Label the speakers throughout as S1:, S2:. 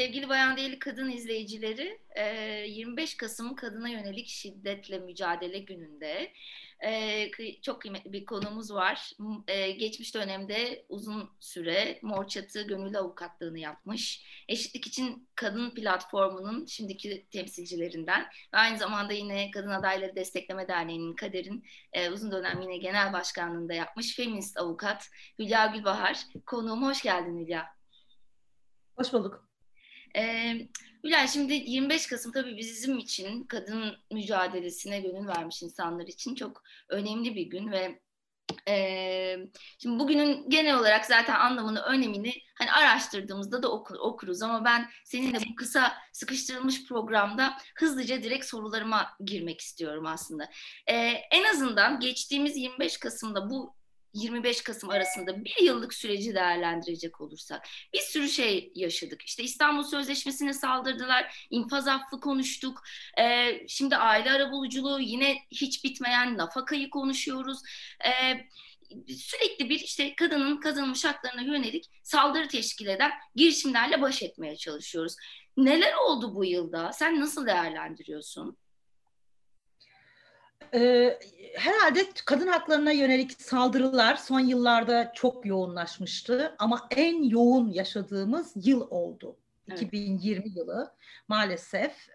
S1: Sevgili Bayan Değerli kadın izleyicileri, 25 Kasım Kadına Yönelik Şiddetle Mücadele Günü'nde çok kıymetli bir konumuz var. Geçmiş dönemde uzun süre Mor Çatı gönüllü avukatlığını yapmış, Eşitlik İçin Kadın Platformu'nun şimdiki temsilcilerinden ve aynı zamanda yine Kadın Adayları Destekleme Derneği'nin Kader'in uzun dönem yine genel başkanlığında yapmış feminist avukat Hülya Gülbahar. Konuğum, hoş geldin Hülya.
S2: Hoş bulduk.
S1: Hülya, şimdi 25 Kasım tabii bizim için kadın mücadelesine gönül vermiş insanlar için çok önemli bir gün ve şimdi bugünün genel olarak zaten anlamını, önemini hani araştırdığımızda da okuruz ama ben seninle bu kısa sıkıştırılmış programda hızlıca direkt sorularıma girmek istiyorum aslında. En azından geçtiğimiz 25 Kasım'da bu 25 Kasım arasında bir yıllık süreci değerlendirecek olursak bir sürü şey yaşadık. İşte İstanbul Sözleşmesi'ne saldırdılar, infaz affı konuştuk. Şimdi aile arabuluculuğu, yine hiç bitmeyen nafakayı konuşuyoruz. Sürekli bir işte kadının kazanılmış haklarına yönelik saldırı teşkil eden girişimlerle baş etmeye çalışıyoruz. Neler oldu bu yılda? Sen nasıl değerlendiriyorsun?
S2: Herhalde kadın haklarına yönelik saldırılar son yıllarda çok yoğunlaşmıştı ama en yoğun yaşadığımız yıl oldu.
S1: Evet.
S2: 2020 yılı maalesef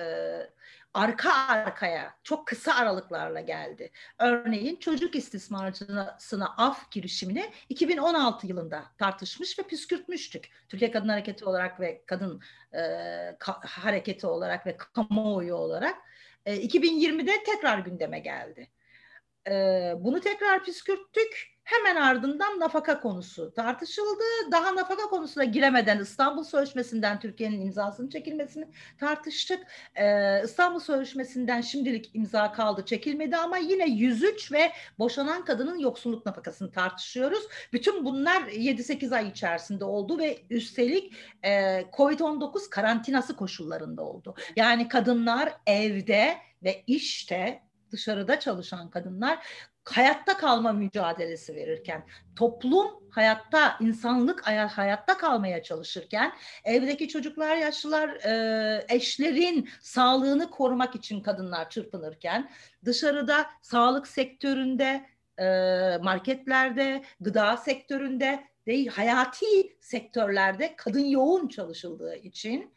S2: arka arkaya çok kısa aralıklarla geldi. Örneğin çocuk istismarcısına af girişimini 2016 yılında tartışmış ve püskürtmüştük. Türkiye Kadın Hareketi olarak ve kadın hareketi olarak ve kamuoyu olarak. 2020'de tekrar gündeme geldi. Bunu tekrar püskürttük. Hemen ardından nafaka konusu tartışıldı. Daha nafaka konusuna giremeden İstanbul Sözleşmesi'nden Türkiye'nin imzasının çekilmesini tartıştık. İstanbul Sözleşmesi'nden şimdilik imza kaldı, çekilmedi ama yine 103 ve boşanan kadının yoksulluk nafakasını tartışıyoruz. Bütün bunlar 7-8 ay içerisinde oldu ve üstelik COVID-19 karantinası koşullarında oldu. Yani kadınlar evde ve işte, dışarıda çalışan kadınlar hayatta kalma mücadelesi verirken, toplum hayatta, insanlık hayatta kalmaya çalışırken, evdeki çocuklar, yaşlılar, eşlerin sağlığını korumak için kadınlar çırpınırken, dışarıda sağlık sektöründe, marketlerde, gıda sektöründe değil, hayati sektörlerde kadın yoğun çalışıldığı için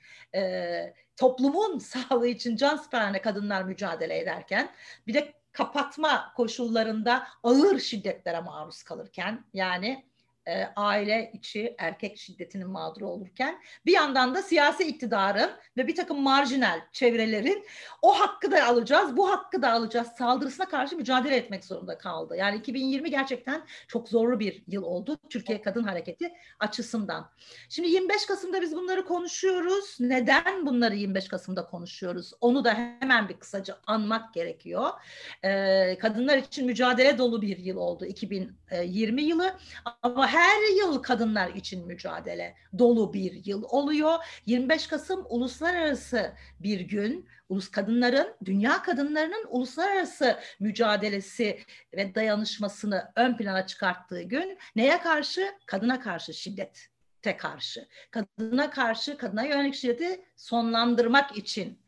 S2: toplumun sağlığı için can siperhane kadınlar mücadele ederken, bir de kapatma koşullarında ağır şiddetlere maruz kalırken, yani aile içi erkek şiddetinin mağduru olurken, bir yandan da siyasi iktidarın ve bir takım marjinal çevrelerin o hakkı da alacağız, bu hakkı da alacağız saldırısına karşı mücadele etmek zorunda kaldı. Yani 2020 gerçekten çok zorlu bir yıl oldu Türkiye Kadın Hareketi açısından. Şimdi 25 Kasım'da biz bunları konuşuyoruz. Neden bunları 25 Kasım'da konuşuyoruz? Onu da hemen bir kısaca anmak gerekiyor. Kadınlar için mücadele dolu bir yıl oldu 2020 yılı. Ama her yıl kadınlar için mücadele dolu bir yıl oluyor. 25 Kasım uluslararası bir gün. Dünya kadınlarının uluslararası mücadelesi ve dayanışmasını ön plana çıkarttığı gün. Neye karşı? Kadına karşı şiddet. Karşı. Kadına karşı, kadına yönelik şiddeti sonlandırmak için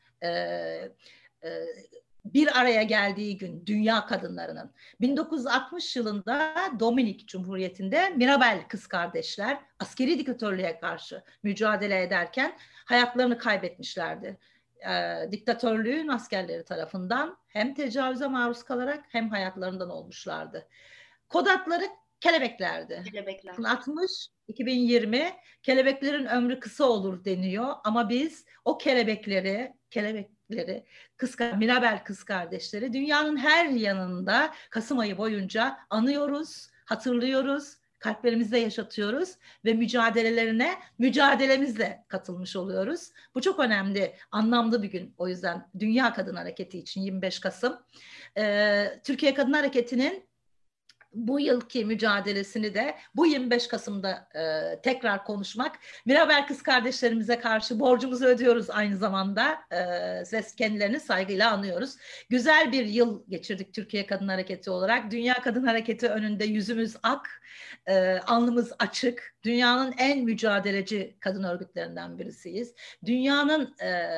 S2: bir araya geldiği gün dünya kadınlarının. 1960 yılında Dominik Cumhuriyeti'nde Mirabel kız kardeşler askeri diktatörlüğe karşı mücadele ederken hayatlarını kaybetmişlerdi. Diktatörlüğün askerleri tarafından hem tecavüze maruz kalarak hem hayatlarından olmuşlardı. Kod adları kelebeklerdi.
S1: Kelebekler.
S2: 2020 kelebeklerin ömrü kısa olur deniyor ama biz o kelebekleri Mirabel kız kardeşleri dünyanın her yanında Kasım ayı boyunca anıyoruz, hatırlıyoruz, kalplerimizde yaşatıyoruz ve mücadelemizle katılmış oluyoruz. Bu çok önemli, anlamlı bir gün. O yüzden Dünya Kadın Hareketi için 25 Kasım. Türkiye Kadın Hareketi'nin bu yılki mücadelesini de bu 25 Kasım'da tekrar konuşmak. Mirabel kız kardeşlerimize karşı borcumuzu ödüyoruz aynı zamanda ve kendilerini saygıyla anıyoruz. Güzel bir yıl geçirdik Türkiye Kadın Hareketi olarak. Dünya Kadın Hareketi önünde yüzümüz ak, alnımız açık. Dünyanın en mücadeleci kadın örgütlerinden birisiyiz. Dünyanın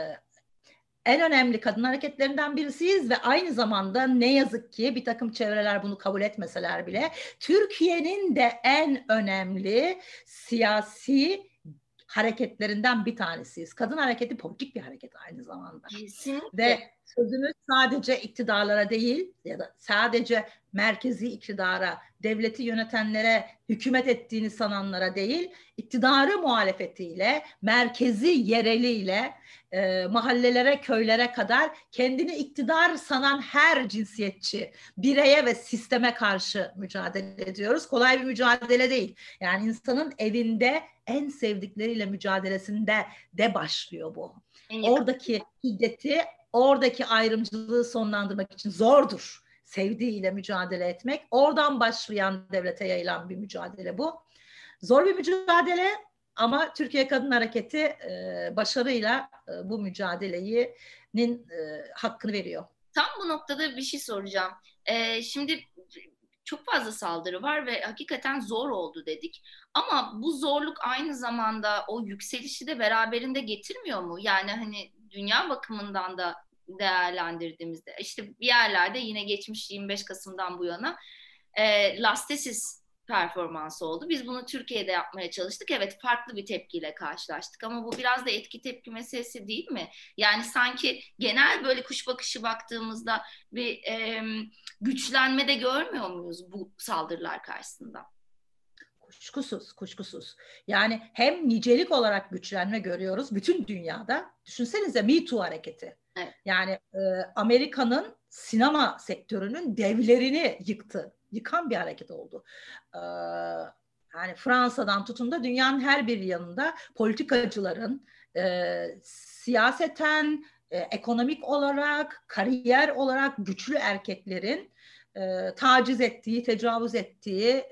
S2: en önemli kadın hareketlerinden birisiyiz ve aynı zamanda ne yazık ki bir takım çevreler bunu kabul etmeseler bile Türkiye'nin de en önemli siyasi hareketlerinden bir tanesiyiz. Kadın hareketi politik bir hareket aynı zamanda.
S1: Kesinlikle.
S2: Ve sözümüz sadece iktidarlara değil ya da sadece merkezi iktidara, devleti yönetenlere, hükümet ettiğini sananlara değil, iktidarı muhalefetiyle, merkezi yereliyle, mahallelere, köylere kadar kendini iktidar sanan her cinsiyetçi bireye ve sisteme karşı mücadele ediyoruz. Kolay bir mücadele değil. Yani insanın evinde en sevdikleriyle mücadelesinde de başlıyor bu. Oradaki şiddeti, oradaki ayrımcılığı sonlandırmak için zordur. Sevdiğiyle mücadele etmek. Oradan başlayan, devlete yayılan bir mücadele bu. Zor bir mücadele ama Türkiye Kadın Hareketi başarıyla bu mücadelenin hakkını veriyor.
S1: Tam bu noktada bir şey soracağım. Şimdi çok fazla saldırı var ve hakikaten zor oldu dedik. Ama bu zorluk aynı zamanda o yükselişi de beraberinde getirmiyor mu? Yani hani dünya bakımından da değerlendirdiğimizde işte bir yerlerde yine geçmiş 25 Kasım'dan bu yana lastesis performansı oldu. Biz bunu Türkiye'de yapmaya çalıştık. Evet, farklı bir tepkiyle karşılaştık ama bu biraz da etki tepki meselesi değil mi? Yani sanki genel böyle kuş bakışı baktığımızda bir güçlenme de görmüyor muyuz bu saldırılar karşısında?
S2: Kuşkusuz, kuşkusuz. Yani hem nicelik olarak güçlenme görüyoruz bütün dünyada. Düşünsenize Me Too hareketi.
S1: Evet.
S2: Yani Amerika'nın sinema sektörünün devlerini yıkan bir hareket oldu. Yani Fransa'dan tutun da dünyanın her bir yanında politikacıların siyaseten, ekonomik olarak, kariyer olarak güçlü erkeklerin taciz ettiği, tecavüz ettiği,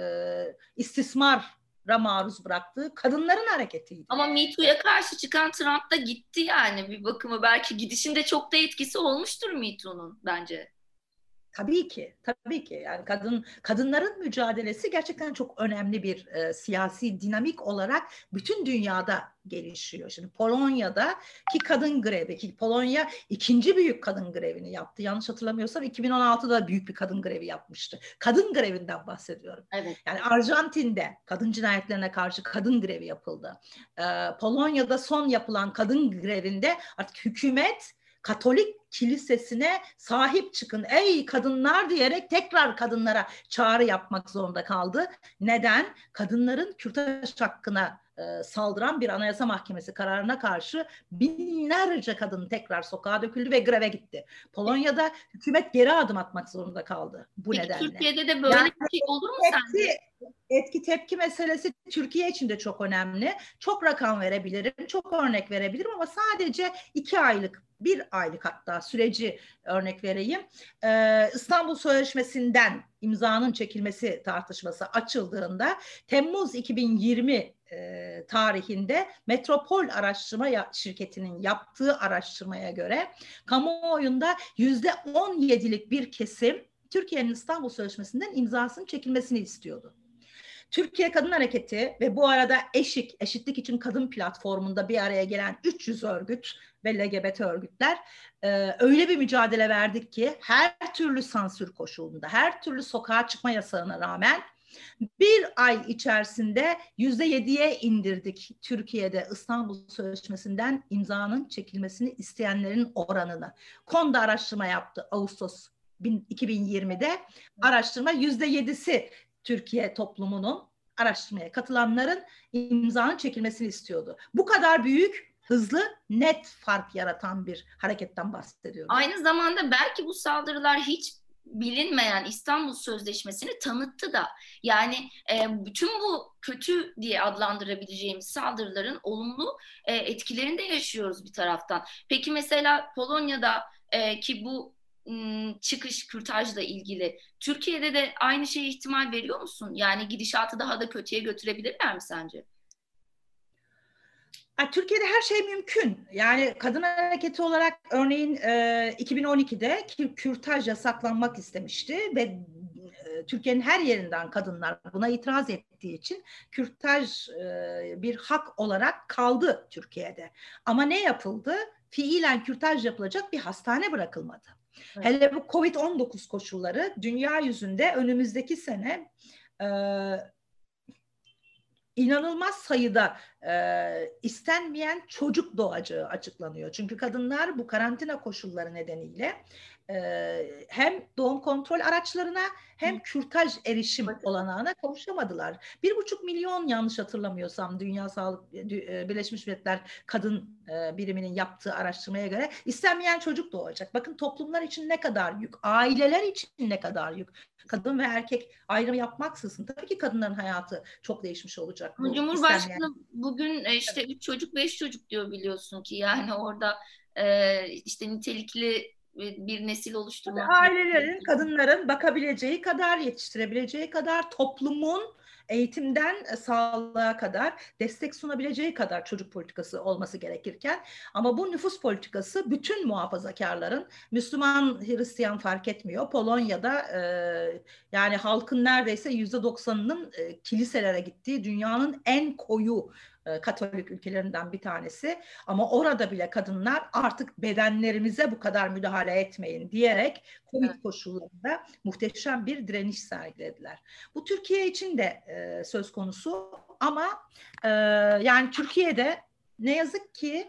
S2: istismara maruz bıraktığı kadınların hareketiydi.
S1: Ama Me Too'ya karşı çıkan Trump da gitti yani bir bakıma. Belki gidişinde çok da etkisi olmuştur Me Too'nun bence.
S2: Tabii ki, tabii ki. Yani kadınların mücadelesi gerçekten çok önemli bir siyasi dinamik olarak bütün dünyada gelişiyor. Şimdi Polonya'da ki kadın grevi, ki Polonya ikinci büyük kadın grevini yaptı. Yanlış hatırlamıyorsam 2016'da büyük bir kadın grevi yapmıştı. Kadın grevinden bahsediyorum.
S1: Evet.
S2: Yani Arjantin'de kadın cinayetlerine karşı kadın grevi yapıldı. Polonya'da son yapılan kadın grevinde artık hükümet Katolik kilisesine sahip çıkın ey kadınlar diyerek tekrar kadınlara çağrı yapmak zorunda kaldı. Neden? Kadınların kürtaj hakkına saldıran bir anayasa mahkemesi kararına karşı binlerce kadın tekrar sokağa döküldü ve greve gitti. Polonya'da hükümet geri adım atmak zorunda kaldı bu
S1: Peki,
S2: nedenle.
S1: Türkiye'de de böyle bir şey olur mu sence?
S2: Etki tepki meselesi Türkiye için de çok önemli. Çok rakam verebilirim, çok örnek verebilirim ama sadece 2 aylık, 1 aylık hatta süreci örnek vereyim. İstanbul Sözleşmesi'nden imzanın çekilmesi tartışması açıldığında Temmuz 2020 tarihinde Metropol Araştırma Şirketi'nin yaptığı araştırmaya göre kamuoyunda %17'lik bir kesim Türkiye'nin İstanbul Sözleşmesi'nden imzasının çekilmesini istiyordu. Türkiye Kadın Hareketi ve bu arada Eşitlik için Kadın platformunda bir araya gelen 300 örgüt ve LGBT örgütler öyle bir mücadele verdik ki her türlü sansür koşulunda, her türlü sokağa çıkma yasağına rağmen bir ay içerisinde %7'ye indirdik Türkiye'de İstanbul Sözleşmesi'nden imzanın çekilmesini isteyenlerin oranını. KONDA araştırma yaptı Ağustos 2020'de. Araştırma %7'si Türkiye toplumunun, araştırmaya katılanların imzanın çekilmesini istiyordu. Bu kadar büyük, hızlı, net fark yaratan bir hareketten bahsediyoruz.
S1: Aynı zamanda belki bu saldırılar hiç bilinmeyen İstanbul Sözleşmesi'ni tanıttı da. Yani bütün bu kötü diye adlandırabileceğimiz saldırıların olumlu etkilerini de yaşıyoruz bir taraftan. Peki mesela Polonya'da ki bu çıkış kürtajla ilgili. Türkiye'de de aynı şeye ihtimal veriyor musun? Yani gidişatı daha da kötüye götürebilirler mi sence?
S2: Türkiye'de her şey mümkün. Yani kadın hareketi olarak örneğin 2012'de kürtaj yasaklanmak istemişti ve Türkiye'nin her yerinden kadınlar buna itiraz ettiği için kürtaj bir hak olarak kaldı Türkiye'de. Ama ne yapıldı? Fiilen kürtaj yapılacak bir hastane bırakılmadı. Evet. Hele bu Covid-19 koşulları dünya yüzünde önümüzdeki sene inanılmaz sayıda istenmeyen çocuk doğacağı açıklanıyor. Çünkü kadınlar bu karantina koşulları nedeniyle hem doğum kontrol araçlarına hem kürtaj erişim olanağına kavuşamadılar. 1,5 milyon yanlış hatırlamıyorsam Dünya Sağlık Birleşmiş Milletler Kadın Biriminin yaptığı araştırmaya göre istenmeyen çocuk doğacak. Bakın toplumlar için ne kadar yük, aileler için ne kadar yük. Kadın ve erkek ayrım yapmaksızın tabii ki kadınların hayatı çok değişmiş olacak.
S1: Cumhurbaşkanı bugün işte 3 çocuk 5 çocuk diyor biliyorsun ki yani orada işte nitelikli bir nesil oluşturmak.
S2: Ailelerin, kadınların bakabileceği kadar, yetiştirebileceği kadar, toplumun eğitimden sağlığa kadar destek sunabileceği kadar çocuk politikası olması gerekirken ama bu nüfus politikası bütün muhafazakarların, Müslüman, Hristiyan fark etmiyor. Polonya'da yani halkın neredeyse %90'ının kiliselere gittiği dünyanın en koyu Katolik ülkelerinden bir tanesi. Ama orada bile kadınlar artık bedenlerimize bu kadar müdahale etmeyin diyerek Covid koşullarında muhteşem bir direniş sergilediler. Bu Türkiye için de söz konusu ama yani Türkiye'de ne yazık ki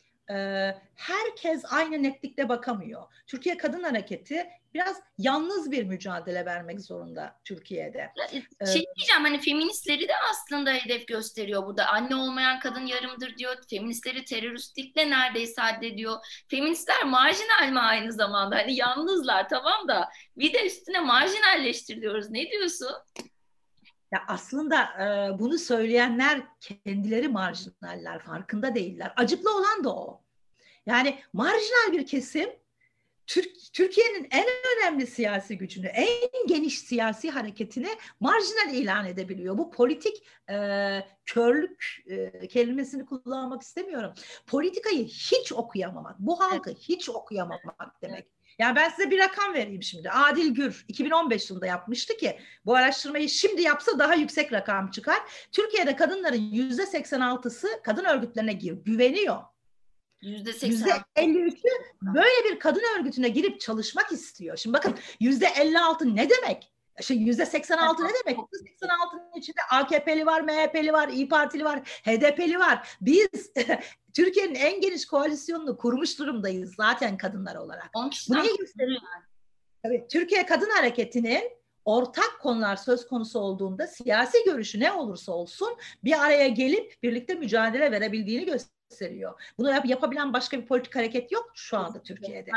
S2: herkes aynı netlikte bakamıyor. Türkiye Kadın Hareketi biraz yalnız bir mücadele vermek zorunda Türkiye'de.
S1: Diyeceğim hani feministleri de aslında hedef gösteriyor burada. Anne olmayan kadın yarımdır diyor. Feministleri teröristlikle neredeyse addediyor. Feministler marjinal mi aynı zamanda? Hani yalnızlar tamam da bir de üstüne marjinalleştiriliyoruz. Ne diyorsun?
S2: Ya aslında bunu söyleyenler kendileri marjinaller, farkında değiller. Acıklı olan da o. Yani marjinal bir kesim Türkiye'nin en önemli siyasi gücünü, en geniş siyasi hareketini marjinal ilan edebiliyor. Bu politik körlük kelimesini kullanmak istemiyorum. Politikayı hiç okuyamamak, bu halkı hiç okuyamamak demek. Yani ben size bir rakam vereyim şimdi. Adil Gür 2015 yılında yapmıştı ki bu araştırmayı şimdi yapsa daha yüksek rakam çıkar. Türkiye'de kadınların %86'sı kadın örgütlerine güveniyor. %53'ü böyle bir kadın örgütüne girip çalışmak istiyor. Şimdi bakın %56 ne demek? %86 ne demek? %86'nın içinde AKP'li var, MHP'li var, İYİ Partili var, HDP'li var. Biz Türkiye'nin en geniş koalisyonunu kurmuş durumdayız zaten kadınlar olarak. Bu neyi gösteriyor? Tabii, Türkiye Kadın Hareketi'nin ortak konular söz konusu olduğunda siyasi görüşü ne olursa olsun bir araya gelip birlikte mücadele verebildiğini gösteriyor. Bunu yapabilen başka bir politik hareket yok şu anda Türkiye'de.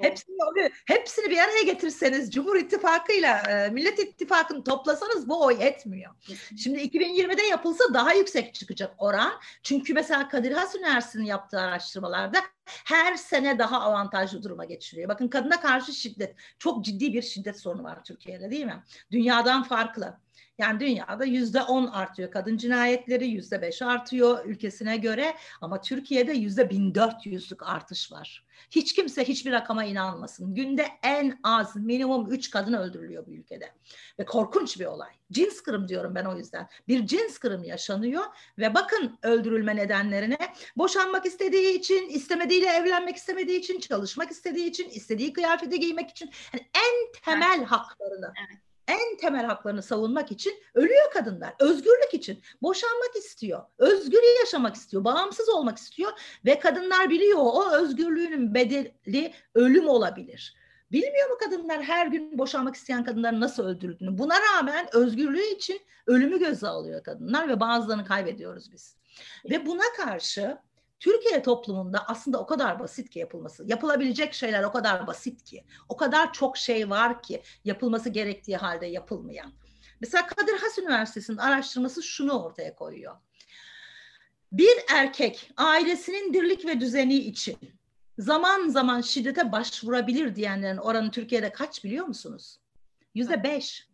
S2: Hepsini bir araya getirseniz Cumhur İttifakı'yla Millet İttifakı'nı toplasanız bu oy etmiyor. Şimdi 2020'de yapılsa daha yüksek çıkacak oran. Çünkü mesela Kadir Has Üniversitesi'nin yaptığı araştırmalarda her sene daha avantajlı duruma geçiriyor. Bakın kadına karşı şiddet, çok ciddi bir şiddet sorunu var Türkiye'de değil mi? Dünyadan farklı. Yani dünyada %10 artıyor kadın cinayetleri, %5 artıyor ülkesine göre ama Türkiye'de %1400'lük artış var. Hiç kimse hiçbir rakama inanmasın. Günde en az minimum 3 kadın öldürülüyor bu ülkede. Ve korkunç bir olay. Cins kırım diyorum ben o yüzden. Bir cins kırım yaşanıyor ve bakın öldürülme nedenlerine. Boşanmak istediği için, istemediğiyle evlenmek istemediği için, çalışmak istediği için, istediği kıyafeti giymek için. Yani en temel haklarını. En temel haklarını savunmak için ölüyor kadınlar. Özgürlük için. Boşanmak istiyor. Özgür yaşamak istiyor. Bağımsız olmak istiyor. Ve kadınlar biliyor o özgürlüğünün bedeli ölüm olabilir. Bilmiyor mu kadınlar her gün boşanmak isteyen kadınların nasıl öldürüldüğünü? Buna rağmen özgürlüğü için ölümü göze alıyor kadınlar ve bazılarını kaybediyoruz biz. Ve buna karşı Türkiye toplumunda aslında o kadar basit ki yapılması. Yapılabilecek şeyler o kadar basit ki. O kadar çok şey var ki yapılması gerektiği halde yapılmayan. Mesela Kadir Has Üniversitesi'nin araştırması şunu ortaya koyuyor. Bir erkek ailesinin dirlik ve düzeni için zaman zaman şiddete başvurabilir diyenlerin oranı Türkiye'de kaç biliyor musunuz? %5.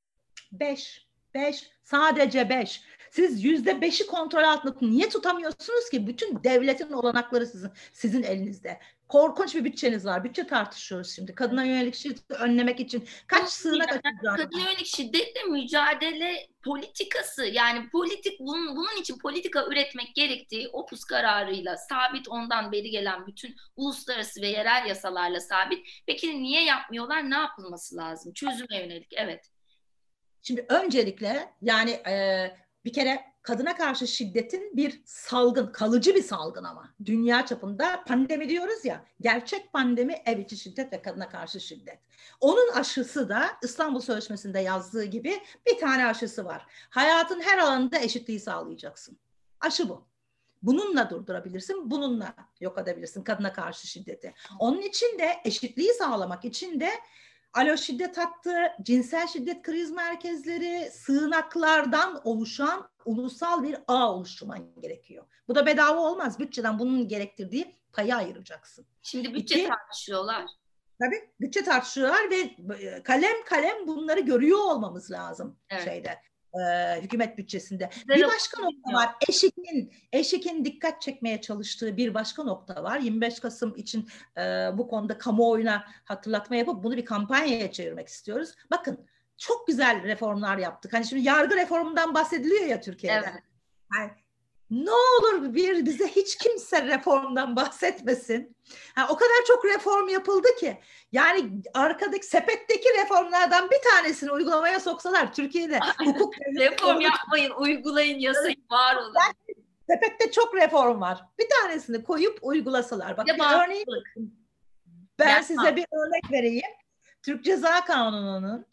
S2: 5. Sadece 5. Siz %5'i kontrol altında niye tutamıyorsunuz ki? Bütün devletin olanakları sizin elinizde. Korkunç bir bütçeniz var. Bütçe tartışıyoruz şimdi. Kadına yönelik şiddeti önlemek için kaç sığınak açacağız?
S1: Kadına yönelik şiddetle mücadele politikası, yani bunun için politika üretmek gerektiği Opus kararıyla sabit, ondan beri gelen bütün uluslararası ve yerel yasalarla sabit. Peki niye yapmıyorlar? Ne yapılması lazım? Çözüme yönelik. Evet.
S2: Şimdi öncelikle yani bir kere kadına karşı şiddetin bir salgın, kalıcı bir salgın ama. Dünya çapında pandemi diyoruz ya, gerçek pandemi ev içi şiddet ve kadına karşı şiddet. Onun aşısı da İstanbul Sözleşmesi'nde yazdığı gibi bir tane aşısı var. Hayatın her alanında eşitliği sağlayacaksın. Aşı bu. Bununla durdurabilirsin, bununla yok edebilirsin kadına karşı şiddeti. Onun için de eşitliği sağlamak için de alo şiddet hattı, cinsel şiddet kriz merkezleri, sığınaklardan oluşan ulusal bir ağ oluşturman gerekiyor. Bu da bedava olmaz. Bütçeden bunun gerektirdiği payı ayıracaksın.
S1: Şimdi bütçe tartışıyorlar.
S2: Tabii bütçe tartışıyorlar ve kalem kalem bunları görüyor olmamız lazım şeyde. Hükümet bütçesinde. Bir başka nokta var. Eşik'in dikkat çekmeye çalıştığı bir başka nokta var. 25 Kasım için bu konuda kamuoyuna hatırlatma yapıp bunu bir kampanyaya çevirmek istiyoruz. Bakın çok güzel reformlar yaptık. Hani şimdi yargı reformundan bahsediliyor ya Türkiye'de.
S1: Evet.
S2: Yani, ne olur bize hiç kimse reformdan bahsetmesin. Yani o kadar çok reform yapıldı ki. Yani arkadaki sepetteki reformlardan bir tanesini uygulamaya soksalar Türkiye'de hukuk
S1: reform yapmayın, uygulayın, yasayı var olun.
S2: Yani, sepette çok reform var. Bir tanesini koyup uygulasalar. Bak bir örneğin ben size bir örnek vereyim. Türk Ceza Kanunu'nun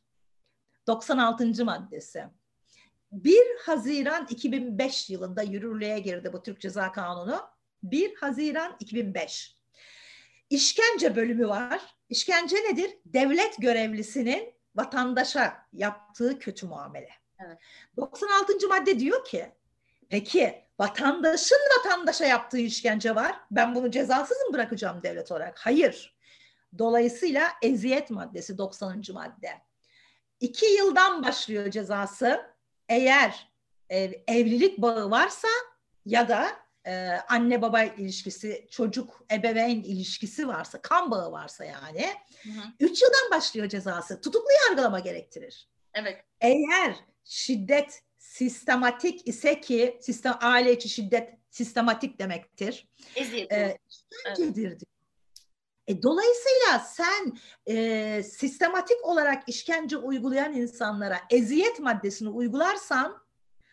S2: 96. maddesi. 1 Haziran 2005 yılında yürürlüğe girdi bu Türk Ceza Kanunu. 1 Haziran 2005. İşkence bölümü var. İşkence nedir? Devlet görevlisinin vatandaşa yaptığı kötü muamele.
S1: Evet.
S2: 96. madde diyor ki, peki vatandaşın vatandaşa yaptığı işkence var. Ben bunu cezasız mı bırakacağım devlet olarak? Hayır. Dolayısıyla eziyet maddesi 90. madde. 2 yıldan başlıyor cezası. Eğer evlilik bağı varsa ya da anne baba ilişkisi, çocuk ebeveyn ilişkisi varsa, kan bağı varsa yani 3 yıldan başlıyor cezası. Tutuklu yargılama gerektirir.
S1: Evet.
S2: Eğer şiddet sistematik ise ki aile içi şiddet sistematik demektir. İşkencedir diyor. Dolayısıyla sen sistematik olarak işkence uygulayan insanlara eziyet maddesini uygularsan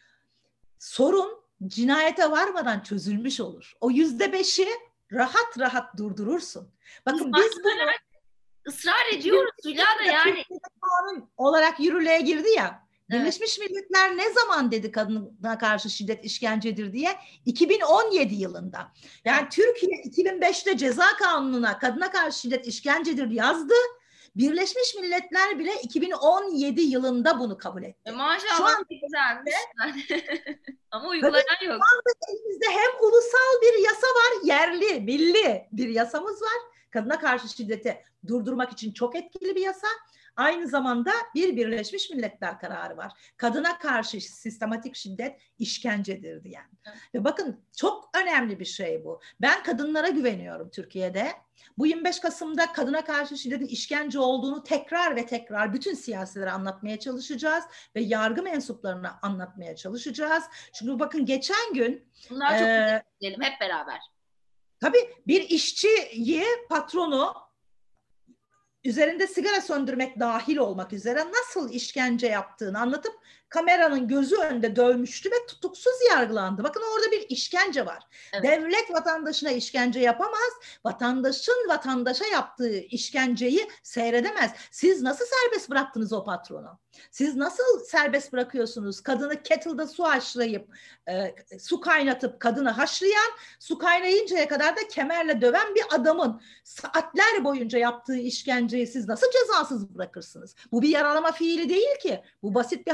S2: sorun cinayete varmadan çözülmüş olur. O %5'i rahat rahat durdurursun. Bakın biz bunu
S1: ısrar ediyoruz Hülya da yani.
S2: Kanun olarak yürürlüğe girdi ya. Evet. Birleşmiş Milletler ne zaman dedi kadına karşı şiddet işkencedir diye? 2017 yılında. Yani Türkiye 2005'te ceza kanununa kadına karşı şiddet işkencedir yazdı. Birleşmiş Milletler bile 2017 yılında bunu kabul etti.
S1: Maşallah
S2: şu an
S1: güzelmiş. Ama uygulayan yok.
S2: Şu anda elimizde hem ulusal bir yasa var, yerli, milli bir yasamız var. Kadına karşı şiddeti durdurmak için çok etkili bir yasa. Aynı zamanda bir Birleşmiş Milletler kararı var. Kadına karşı sistematik şiddet işkencedir diyen. Evet. Ve bakın çok önemli bir şey bu. Ben kadınlara güveniyorum Türkiye'de. Bu 25 Kasım'da kadına karşı şiddetin işkence olduğunu tekrar ve tekrar bütün siyasilere anlatmaya çalışacağız ve yargı mensuplarına anlatmaya çalışacağız. Çünkü bakın geçen gün
S1: bunlar çok güzel diyelim hep beraber.
S2: Tabii bir işçiyi patronu üzerinde sigara söndürmek dahil olmak üzere nasıl işkence yaptığını anlatıp kameranın gözü önünde dövmüştü ve tutuksuz yargılandı. Bakın orada bir işkence var. Evet. Devlet vatandaşına işkence yapamaz. Vatandaşın vatandaşa yaptığı işkenceyi seyredemez. Siz nasıl serbest bıraktınız o patronu? Siz nasıl serbest bırakıyorsunuz? Kadını kettle'da su haşlayıp, su kaynatıp kadını haşlayan, su kaynayıncaya kadar da kemerle döven bir adamın saatler boyunca yaptığı işkenceyi siz nasıl cezasız bırakırsınız? Bu bir yaralama fiili değil ki. Bu basit bir hakaret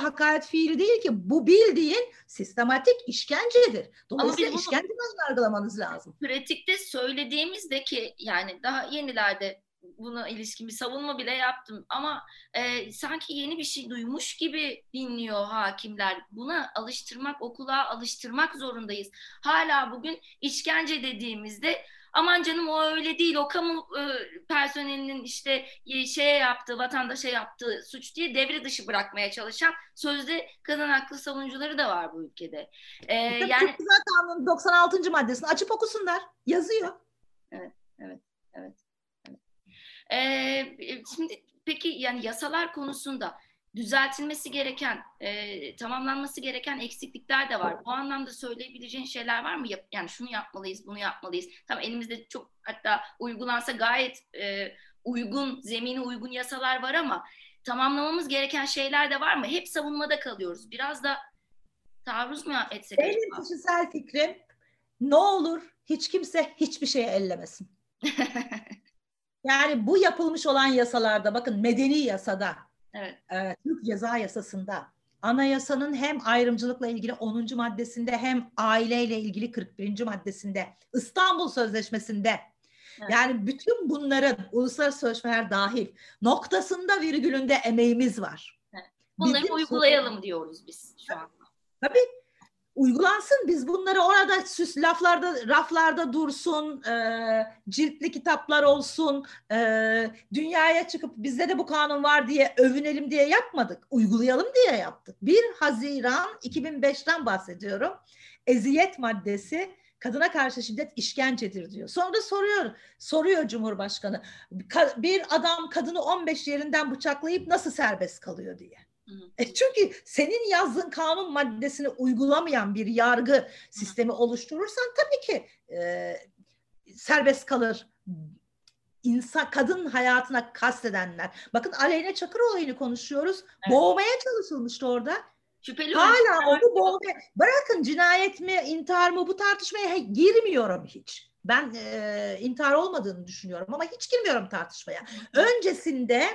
S2: cinayet fiili değil ki. Bu bildiğin sistematik işkencedir.
S1: Ama biz
S2: Dolayısıyla
S1: bunu
S2: işkenceden yargılamanız lazım.
S1: pratikte söylediğimizde ki yani daha yenilerde buna ilişkin bir savunma bile yaptım ama sanki yeni bir şey duymuş gibi dinliyor hakimler. Buna alıştırmak, okula alıştırmak zorundayız. Hala bugün işkence dediğimizde aman canım o öyle değil, o kamu personelinin işte şeye yaptığı, vatandaşa yaptığı suç diye devre dışı bırakmaya çalışan sözde kadın haklı savunucuları da var bu ülkede.
S2: Tabii
S1: Yani
S2: Türk Ceza Kanunu'nun 96. maddesini açıp okusunlar. Yazıyor.
S1: evet, evet, evet. Şimdi peki yani yasalar konusunda düzeltilmesi gereken, tamamlanması gereken eksiklikler de var. Bu anlamda söyleyebileceğin şeyler var mı? Yani şunu yapmalıyız, bunu yapmalıyız. Tamam elimizde çok hatta uygulansa gayet uygun, zemine uygun yasalar var ama tamamlamamız gereken şeyler de var mı? Hep savunmada kalıyoruz. Biraz da taarruz mu etsek
S2: Benim
S1: acaba?
S2: kişisel fikrim, ne olur hiç kimse hiçbir şeye ellemesin. Yani bu yapılmış olan yasalarda, bakın medeni yasada,
S1: Evet.
S2: Türk Ceza Yasası'nda, anayasanın hem ayrımcılıkla ilgili 10. maddesinde hem aileyle ilgili 41. maddesinde, İstanbul Sözleşmesi'nde,
S1: Evet.
S2: yani bütün bunların uluslararası sözleşmeler dahil noktasında virgülünde emeğimiz var.
S1: Evet. Bunları
S2: Bizim
S1: uygulayalım diyoruz biz şu an.
S2: tabii uygulansın. Biz bunları orada süs laflarda, raflarda dursun, ciltli kitaplar olsun, dünyaya çıkıp bizde de bu kanun var diye övünelim diye yapmadık. Uygulayalım diye yaptık. 1 Haziran 2005'ten bahsediyorum. Eziyet maddesi kadına karşı şiddet işkencedir diyor. Sonra da soruyor Cumhurbaşkanı. Bir adam kadını 15 yerinden bıçaklayıp nasıl serbest kalıyor diye. Çünkü senin yazdığın kanun maddesini uygulamayan bir yargı sistemi oluşturursan tabii ki serbest kalır. Kadın hayatına kastedenler. Bakın Aleyna Çakır olayını konuşuyoruz. Evet. Boğmaya çalışılmıştı orada.
S1: Şüpheli
S2: hala onu boğmaya. Bırakın cinayet mi, intihar mı, bu tartışmaya girmiyorum hiç. Ben intihar olmadığını düşünüyorum ama hiç girmiyorum tartışmaya. Öncesinde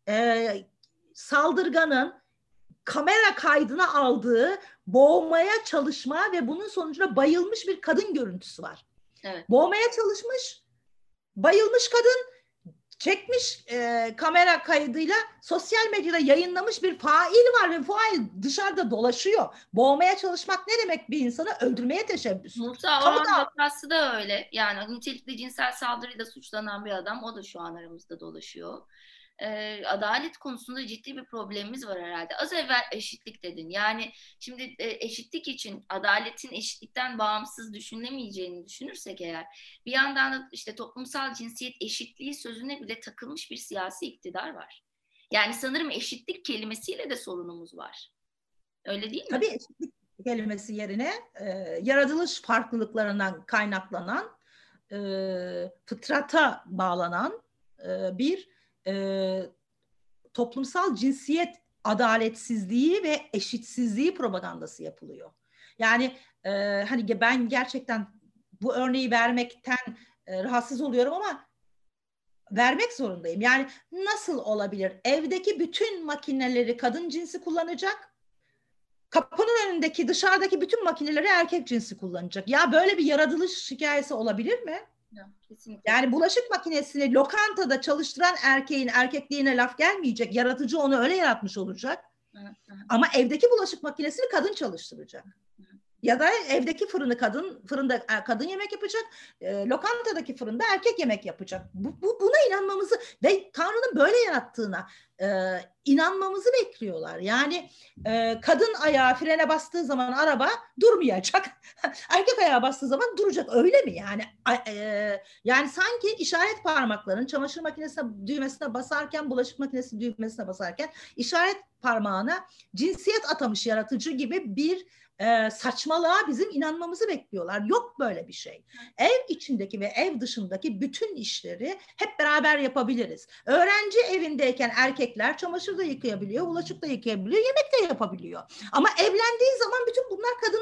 S2: saldırganın kamera kaydına aldığı boğmaya çalışma ve bunun sonucunda bayılmış bir kadın görüntüsü var. Evet. Boğmaya çalışmış, bayılmış kadın, çekmiş kamera kaydıyla sosyal medyada yayınlamış bir fail var ve fail dışarıda dolaşıyor. Boğmaya çalışmak ne demek? Bir insanı öldürmeye teşebbüs.
S1: Musa Orhan vakası da öyle. Yani nitelikli cinsel saldırıyla suçlanan bir adam, o da şu an aramızda dolaşıyor. Adalet konusunda ciddi bir problemimiz var herhalde. Az evvel eşitlik dedin. Yani şimdi eşitlik için adaletin eşitlikten bağımsız düşünülemeyeceğini düşünürsek eğer, bir yandan da işte toplumsal cinsiyet eşitliği sözüne bile takılmış bir siyasi iktidar var. Yani sanırım eşitlik kelimesiyle de sorunumuz var. Öyle değil mi?
S2: Tabii eşitlik kelimesi yerine yaratılış farklılıklarından kaynaklanan, fıtrata bağlanan bir toplumsal cinsiyet adaletsizliği ve eşitsizliği propagandası yapılıyor. Yani hani ben gerçekten bu örneği vermekten rahatsız oluyorum ama vermek zorundayım. Yani nasıl olabilir? Evdeki bütün makineleri kadın cinsi kullanacak. Kapının önündeki, dışarıdaki bütün makineleri erkek cinsi kullanacak. Ya böyle bir yaratılış hikayesi olabilir mi?
S1: Ya, kesinlikle.
S2: Yani bulaşık makinesini lokantada çalıştıran erkeğin erkekliğine laf gelmeyecek. Yaratıcı onu öyle yaratmış olacak. Ama evdeki bulaşık makinesini kadın çalıştıracak. Ya da evdeki fırında kadın yemek yapacak, lokantadaki fırında erkek yemek yapacak. Buna inanmamızı ve Tanrı'nın böyle yarattığına inanmamızı bekliyorlar. Yani kadın ayağı frene bastığı zaman araba durmayacak. Erkek ayağı bastığı zaman duracak. Öyle mi yani? Yani sanki işaret parmaklarının çamaşır makinesine düğmesine basarken, bulaşık makinesi düğmesine basarken işaret parmağına cinsiyet atamış yaratıcı gibi bir saçmalığa bizim inanmamızı bekliyorlar. Yok böyle bir şey. Ev içindeki ve ev dışındaki bütün işleri hep beraber yapabiliriz. Öğrenci evindeyken erkekler çamaşır da yıkayabiliyor, bulaşık da yıkayabiliyor, yemek de yapabiliyor. Ama evlendiği zaman bütün bunlar kadının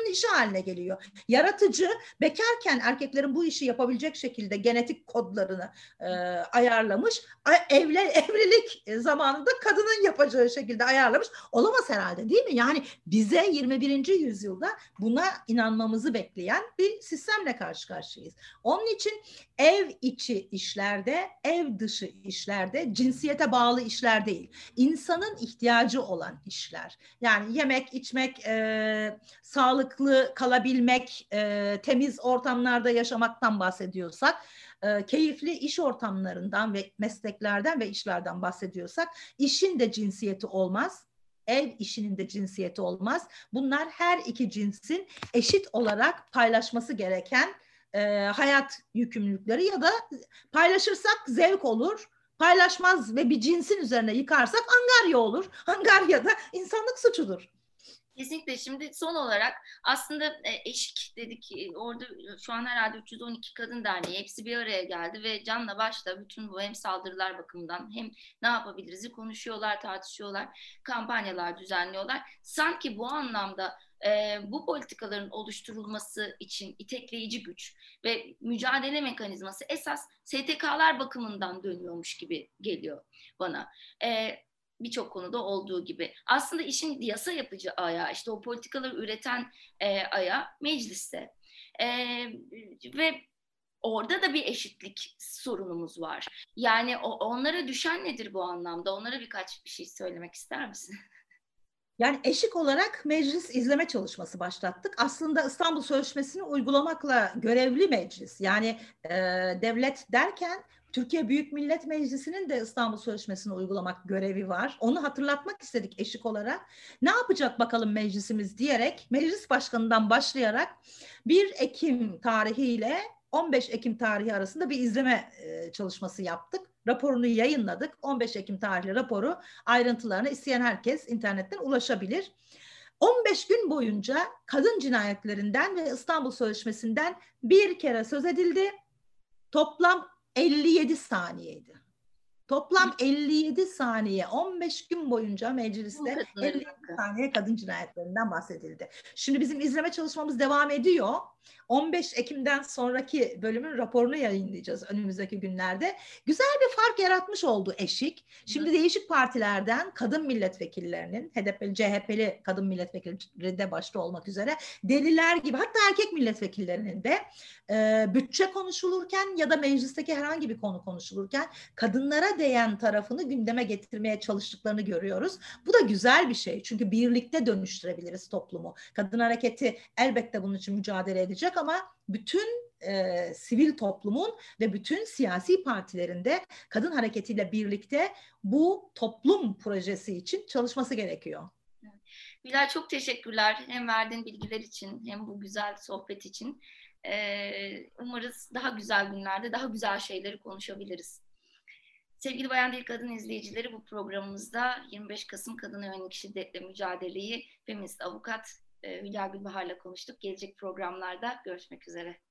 S2: işi haline geliyor. Yaratıcı, bekarken erkeklerin bu işi yapabilecek şekilde genetik kodlarını ayarlamış. Evlilik zamanında kadının yapacağı şekilde ayarlamış. Olamaz herhalde, değil mi? Yani bize 21. yüzyılda buna inanmamızı bekleyen bir sistemle karşı karşıyayız. Onun için ev içi işlerde, ev dışı işlerde, cinsiyete bağlı işler değil, İnsanın ihtiyacı olan işler. Yani yemek, içmek, sağlıklı kalabilmek, temiz ortamlarda yaşamaktan bahsediyorsak, keyifli iş ortamlarından ve mesleklerden ve işlerden bahsediyorsak, işin de cinsiyeti olmaz. Ev işinin de cinsiyeti olmaz. Bunlar her iki cinsin eşit olarak paylaşması gereken hayat yükümlülükleri ya da paylaşırsak zevk olur, paylaşmaz ve bir cinsin üzerine yıkarsak angarya olur. Angarya da insanlık suçudur.
S1: Kesinlikle. Şimdi son olarak aslında eşik dedik, orada şu an herhalde 312 Kadın Derneği hepsi bir araya geldi ve canla başla bütün bu hem saldırılar bakımından hem ne yapabiliriz'i konuşuyorlar, tartışıyorlar, kampanyalar düzenliyorlar. Sanki bu anlamda bu politikaların oluşturulması için itekleyici güç ve mücadele mekanizması esas STK'lar bakımından dönüyormuş gibi geliyor bana. Birçok konuda olduğu gibi. Aslında işin yasa yapıcı ayağı, işte o politikaları üreten ayağı mecliste. Ve orada da bir eşitlik sorunumuz var. Yani onlara düşen nedir bu anlamda? Onlara birkaç bir şey söylemek ister misin?
S2: Yani eşik olarak meclis izleme çalışması başlattık. Aslında İstanbul Sözleşmesi'ni uygulamakla görevli meclis. Yani devlet derken Türkiye Büyük Millet Meclisi'nin de İstanbul Sözleşmesi'ni uygulamak görevi var. Onu hatırlatmak istedik eşik olarak. Ne yapacak bakalım meclisimiz diyerek meclis başkanından başlayarak 1 Ekim tarihiyle 15 Ekim tarihi arasında bir izleme çalışması yaptık. Raporunu yayınladık. 15 Ekim tarihli raporu ayrıntılarına isteyen herkes internetten ulaşabilir. 15 gün boyunca kadın cinayetlerinden ve İstanbul Sözleşmesi'nden bir kere söz edildi. Toplam 57 saniyeydi. Toplam 57 saniye, 15 gün boyunca mecliste 57 saniye kadın cinayetlerinden bahsedildi. Şimdi bizim izleme çalışmamız devam ediyor. 15 Ekim'den sonraki bölümün raporunu yayınlayacağız önümüzdeki günlerde. Güzel bir fark yaratmış oldu eşik. Şimdi değişik partilerden kadın milletvekillerinin, HDP'li, CHP'li kadın milletvekilleri de başta olmak üzere deliler gibi, hatta erkek milletvekillerinin de bütçe konuşulurken ya da meclisteki herhangi bir konu konuşulurken kadınlara değen tarafını gündeme getirmeye çalıştıklarını görüyoruz. Bu da güzel bir şey. Çünkü birlikte dönüştürebiliriz toplumu. Kadın hareketi elbette bunun için mücadele edecek ama bütün sivil toplumun ve bütün siyasi partilerin de kadın hareketiyle birlikte bu toplum projesi için çalışması gerekiyor.
S1: Bilal, çok teşekkürler hem verdiğin bilgiler için hem bu güzel sohbet için. Umarız daha güzel günlerde daha güzel şeyleri konuşabiliriz. Sevgili Bayan Değil Kadın izleyicileri, bu programımızda 25 Kasım Kadına Yönelik Şiddetle Mücadeleyi feminist avukat Hülya Gülbahar'la konuştuk. Gelecek programlarda görüşmek üzere.